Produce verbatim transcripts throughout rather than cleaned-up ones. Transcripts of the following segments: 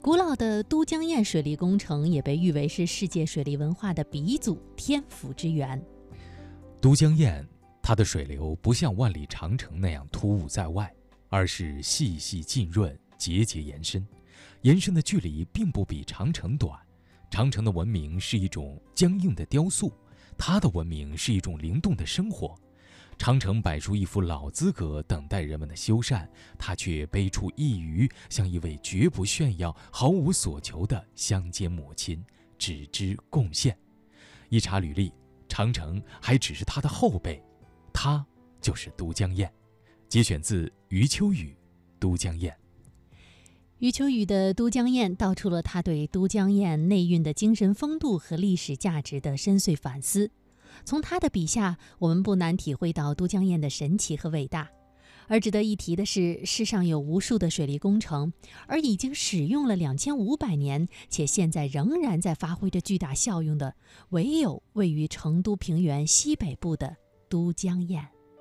古老的都江堰水利工程也被誉为是世界水利文化的鼻祖、天府之源。 都江堰，它的水流不像万里长城那样突兀在外，而是细细浸润、节节延伸。延伸的距离并不比长城短。长城的文明是一种僵硬的雕塑，它的文明是一种灵动的生活。长城摆出一副老资格，等待人们的修缮，它却悲出一隅，像一位绝不炫耀、毫无所求的乡间母亲，只知贡献。一查履历，长城还只是他的后辈，他就是都江堰。节选自余秋雨《都江堰》。 余秋雨的《都江堰》道出了他对都江堰内蕴的精神风度和历史价值的深邃反思。从他的笔下，我们不难体会到都江堰的神奇和伟大。而值得一提的是，世上有无数的水利工程，而已经使用了两千五百年，且现在仍然在发挥着巨大效用的，唯有位于成都平原西北部的都江堰。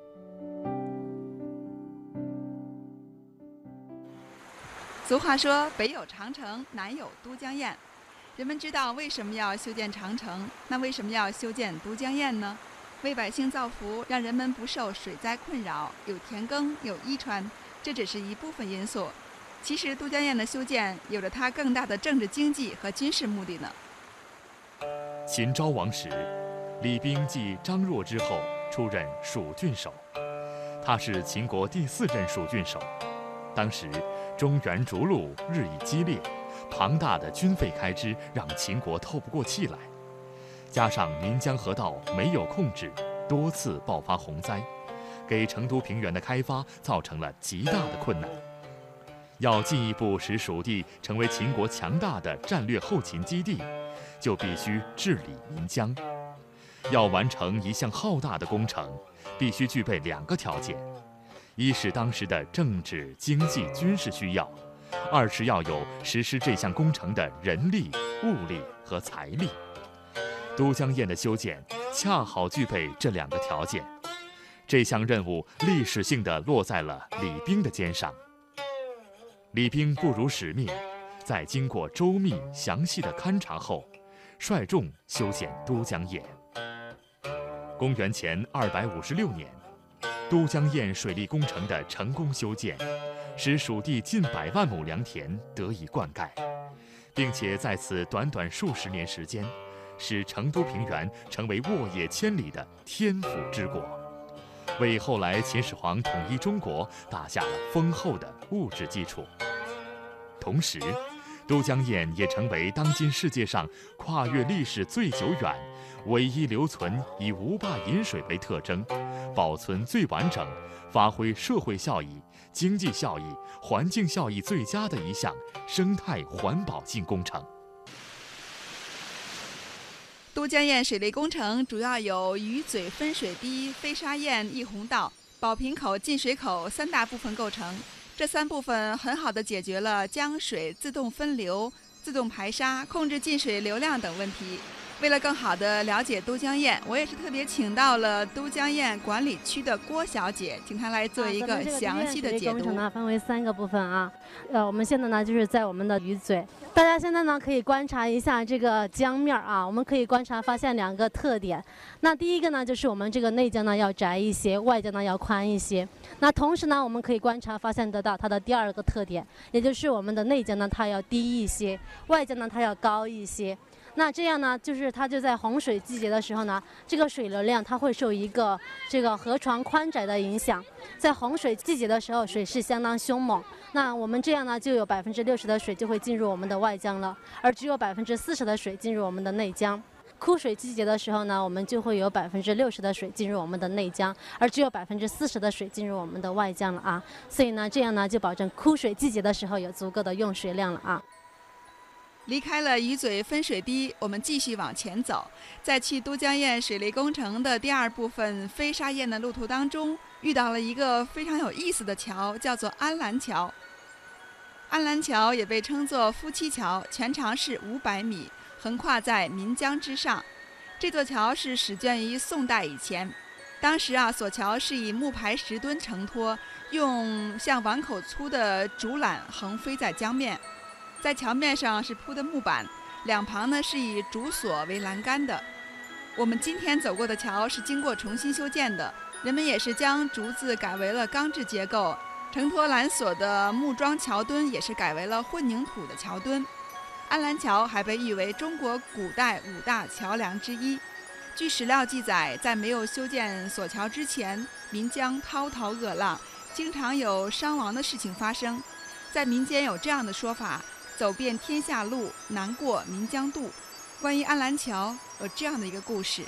俗话说，北有长城，南有都江堰。人们知道为什么要修建长城，那为什么要修建都江堰呢？为百姓造福，让人们不受水灾困扰，有田耕，有衣穿，这只是一部分因素。其实都江堰的修建有着它更大的政治经济和军事目的呢。 秦昭王时，李冰继张若之后出任蜀郡守，他是秦国第四任蜀郡守。当时中原逐鹿日益激烈，庞大的军费开支让秦国透不过气来，加上岷江河道没有控制，多次爆发洪灾，给成都平原的开发造成了极大的困难。要进一步使蜀地成为秦国强大的战略后勤基地，就必须治理岷江。要完成一项浩大的工程，必须具备两个条件：一是当时的政治、经济、军事需要；二是要有实施这项工程的人力、物力和财力。都江堰的修建恰好具备这两个条件，这项任务历史性地落在了李冰的肩上。李冰不辱使命，在经过周密详细的勘察后，率众修建都江堰。公元前二百五十六年，都江堰水利工程的成功修建，使蜀地近百万亩良田得以灌溉，并且在此短短数十年时间，使成都平原成为沃野千里的天府之国，为后来秦始皇统一中国打下了丰厚的物质基础。同时，都江堰也成为当今世界上跨越历史最久远、唯一留存以无坝引水为特征、保存最完整、发挥社会效益、经济效益、环境效益最佳的一项生态环保性工程。 都江堰水利工程主要有鱼嘴分水堤、飞沙堰溢洪道、宝瓶口进水口三大部分构成。这三部分很好地解决了江水自动分流、自动排沙、控制进水流量等问题。为了更好地了解都江堰，我也是特别请到了都江堰管理区的郭小姐，请她来做一个详细的解读。 工程呢分为三个部分啊，呃，我们现在呢就是在我们的鱼嘴，大家现在呢可以观察一下这个江面啊，我们可以观察发现两个特点。那第一个呢就是我们这个内江呢要窄一些，外江呢要宽一些。那同时呢我们可以观察发现得到它的第二个特点，也就是我们的内江呢它要低一些，外江呢它要高一些。那这样呢，就是它就在洪水季节的时候呢，这个水流量它会受一个这个河床宽窄的影响，在洪水季节的时候，水势相当凶猛。那我们这样呢，就有百分之六十的水就会进入我们的外江了，而只有百分之四十的水进入我们的内江。枯水季节的时候呢，我们就会有百分之六十的水进入我们的内江，而只有百分之四十的水进入我们的外江了啊。所以呢，这样呢就保证枯水季节的时候有足够的用水量了啊。 离开了鱼嘴分水堤，我们继续往前走，在去都江堰水利工程的第二部分飞沙堰的路途当中，遇到了一个非常有意思的桥，叫做安澜桥。安澜桥也被称作夫妻桥，全长是五百米，横跨在岷江之上。这座桥是始建于宋代以前，当时啊，索桥是以木排石墩承托，用像碗口粗的竹缆横飞在江面。 在桥面上是铺的木板，两旁呢是以竹索为栏杆的。我们今天走过的桥是经过重新修建的，人们也是将竹子改为了钢制结构，承托缆索的木桩桥墩也是改为了混凝土的桥墩。安澜桥还被誉为中国古代五大桥梁之一。据史料记载，在没有修建索桥之前，岷江滔滔恶浪，经常有伤亡的事情发生。在民间有这样的说法：走遍天下路，难过岷江渡。关于安澜桥有这样的一个故事。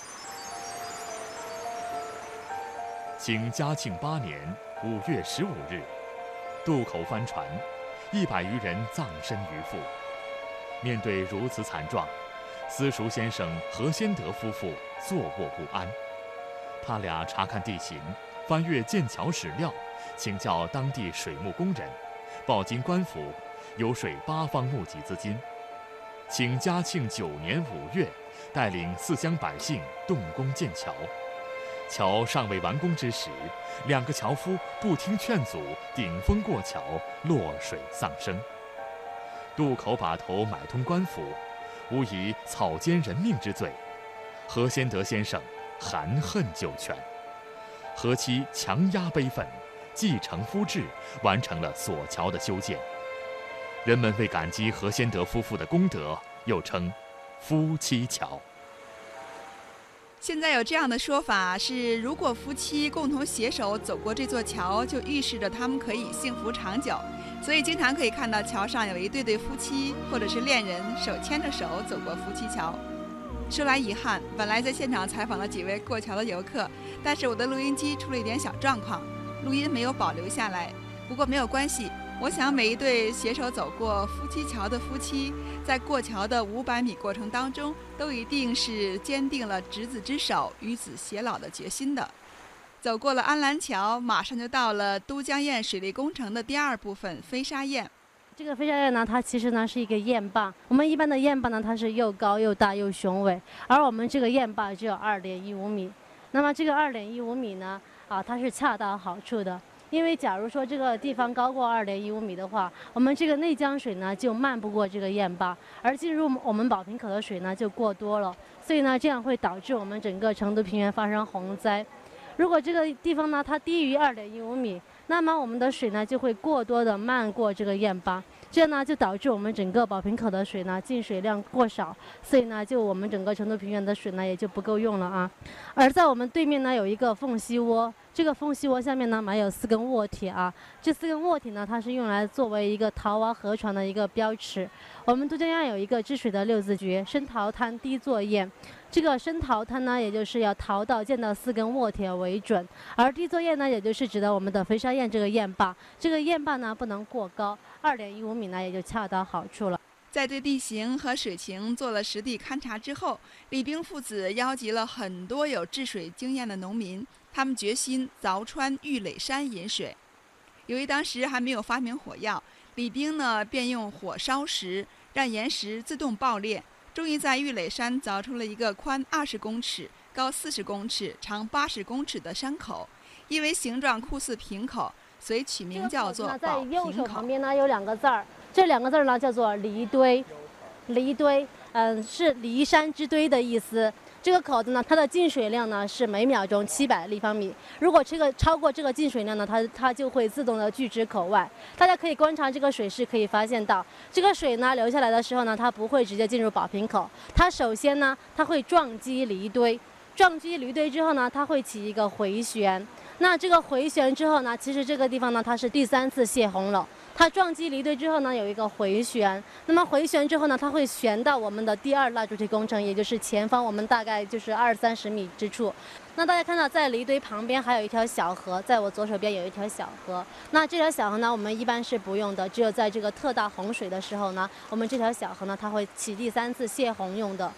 清嘉庆八年五月十五日，渡口翻船，一百余人葬身鱼腹。面对如此惨状，私塾先生何先德夫妇坐卧不安。他俩查看地形，翻阅建桥史料，请教当地水木工人，报经官府，游说八方募集资金。请嘉庆九年五月，带领四乡百姓动工建桥。桥尚未完工之时，两个樵夫不听劝阻，顶风过桥，落水丧生。渡口把头买通官府，无疑草菅人命之罪。何先德先生含恨就全，何妻强压悲愤，继承夫志，完成了索桥的修建。人们为感激何先德夫妇的功德，又称夫妻桥。 现在有这样的说法是，如果夫妻共同携手走过这座桥，就预示着他们可以幸福长久。所以经常可以看到桥上有一对对夫妻或者是恋人手牵着手走过夫妻桥。说来遗憾，本来在现场采访了几位过桥的游客，但是我的录音机出了一点小状况，录音没有保留下来。不过没有关系，我想每一对携手走过夫妻桥的夫妻，在过桥的五百米过程当中，都一定是坚定了执子之手，与子偕老的决心的。走过了安澜桥，马上就到了都江堰水利工程的第二部分飞沙堰。 这个飞沙堰呢，它其实呢是一个堰坝。我们一般的堰坝呢，它是又高又大又雄伟，而我们这个堰坝只有二点一五米。那么这个二点一五米呢，啊，它是恰到好处的。因为假如说这个地方高过二点一五米的话，我们这个内江水呢就漫不过这个堰坝，而进入我们宝瓶口的水呢就过多了，所以呢这样会导致我们整个成都平原发生洪灾。如果这个地方呢它低于二点一五米，那么我们的水呢就会过多的漫过这个堰坝，这样呢就导致我们整个宝瓶口的水呢进水量过少，所以呢就我们整个成都平原的水呢也就不够用了啊。而在我们对面呢有一个缝隙窝，这个缝隙窝下面呢埋有四根卧铁啊，这四根卧铁呢它是用来作为一个陶瓦河床的一个标尺。我们都江堰有一个治水的六字诀：深陶滩低作堰。这个深陶滩呢，也就是要陶到建到四根卧铁为准，而低作堰呢，也就是指的我们的飞沙堰这个堰坝。这个堰坝呢不能过高，二点一五米呢也就恰到好处了。 在对地形和水情做了实地勘察之后，李冰父子邀集了很多有治水经验的农民，他们决心凿穿玉垒山引水。由于当时还没有发明火药，李冰呢便用火烧石，让岩石自动爆裂。终于在玉垒山凿出了一个宽二十公尺、高四十公尺、长八十公尺的山口，因为形状酷似瓶口，所以取名叫做宝瓶口。 在右手旁边呢有两个字儿，这两个字呢叫做离堆。离堆，嗯，是离山之堆的意思。这个口子呢，它的进水量呢是每秒钟七百立方米。如果这个超过这个进水量呢，它它就会自动的拒之口外。大家可以观察这个水势，可以发现到这个水呢流下来的时候呢，它不会直接进入宝瓶口，它首先呢它会撞击离堆，撞击离堆之后呢，它会起一个回旋。那这个回旋之后呢，其实这个地方呢它是第三次泄洪了。它撞击离堆之后呢，有一个回旋，那么回旋之后呢，它会旋到我们的第二蜡筑堤工程，也就是前方我们大概就是二三十米之处。那大家看到在离堆旁边还有一条小河，在我左手边有一条小河。那这条小河呢，我们一般是不用的，只有在这个特大洪水的时候呢，我们这条小河呢，它会起第三次泄洪用的。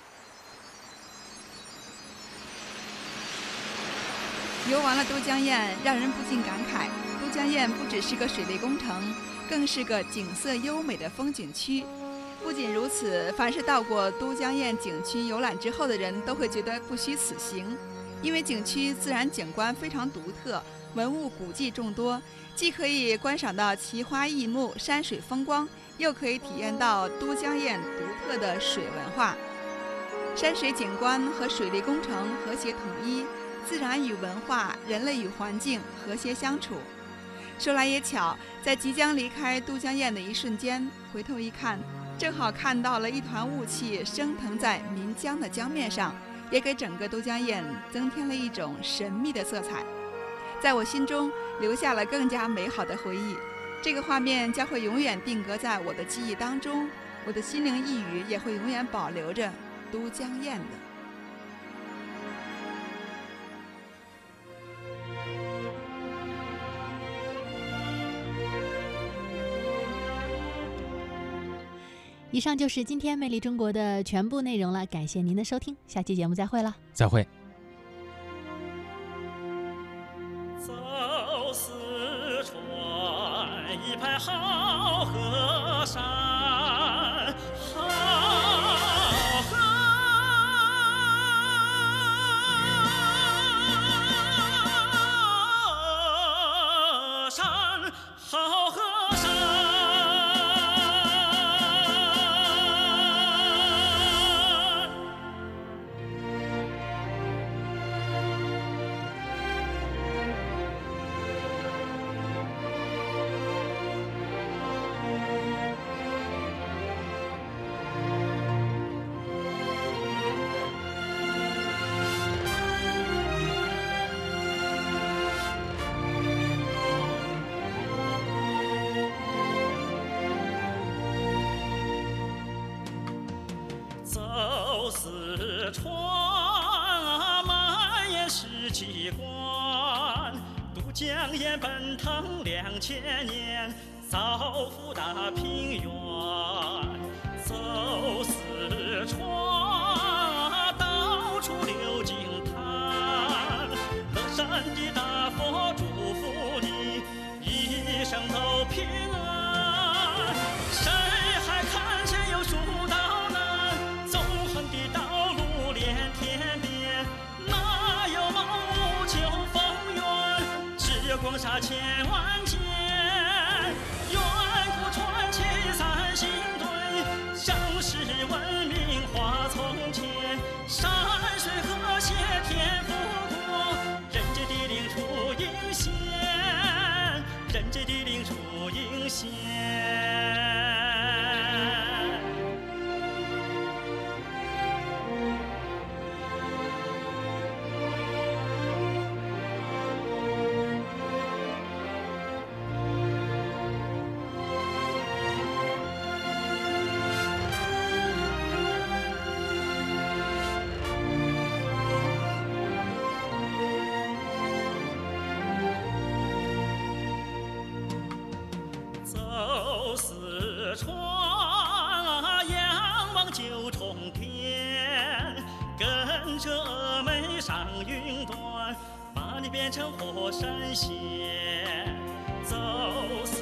游完了都江堰，让人不禁感慨。都江堰不只是个水利工程，更是个景色优美的风景区。不仅如此，凡是到过都江堰景区游览之后的人，都会觉得不虚此行，因为景区自然景观非常独特，文物古迹众多，既可以观赏到奇花异木、山水风光， 又可以体验到都江堰独特的水文化。山水景观和水利工程和谐统一，自然与文化、人类与环境和谐相处。说来也巧，在即将离开都江堰的一瞬间，回头一看，正好看到了一团雾气升腾在岷江的江面上，也给整个都江堰增添了一种神秘的色彩，在我心中留下了更加美好的回忆。这个画面将会永远定格在我的记忆当中，我的心灵一语也会永远保留着都江堰的。 以上就是今天魅力中国的全部内容了，感谢您的收听，下期节目再会了， 再会。 走四川一派好河山，好河山，好河山。走四川，满眼是奇观。都江堰奔腾两千年，造福大平原。走四川，到处留惊叹。乐山的大佛祝福你，一生都平安。谁还看见有蜀道？光沙千万间，远古传奇三星堆，盛世文明化从前。山水和谐天福国，人杰地灵出英贤，人杰地灵出英贤。走四川，仰望九重天，跟着峨眉上云端，把你变成火神仙。走四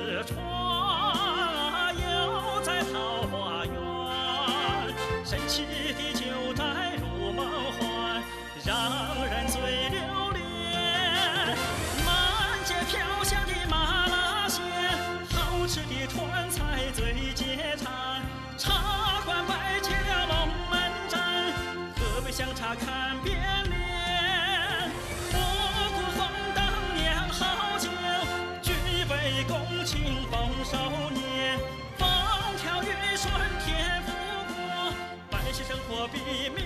川，游在桃花源，神奇的九寨如梦幻，让人最留恋。满街飘香的麻辣鲜，好吃的川菜最解馋。茶馆摆起了龙门阵，喝杯香茶看变脸。五谷丰登酿好酒，举杯共庆丰收年。风调雨顺天福国，百姓生活比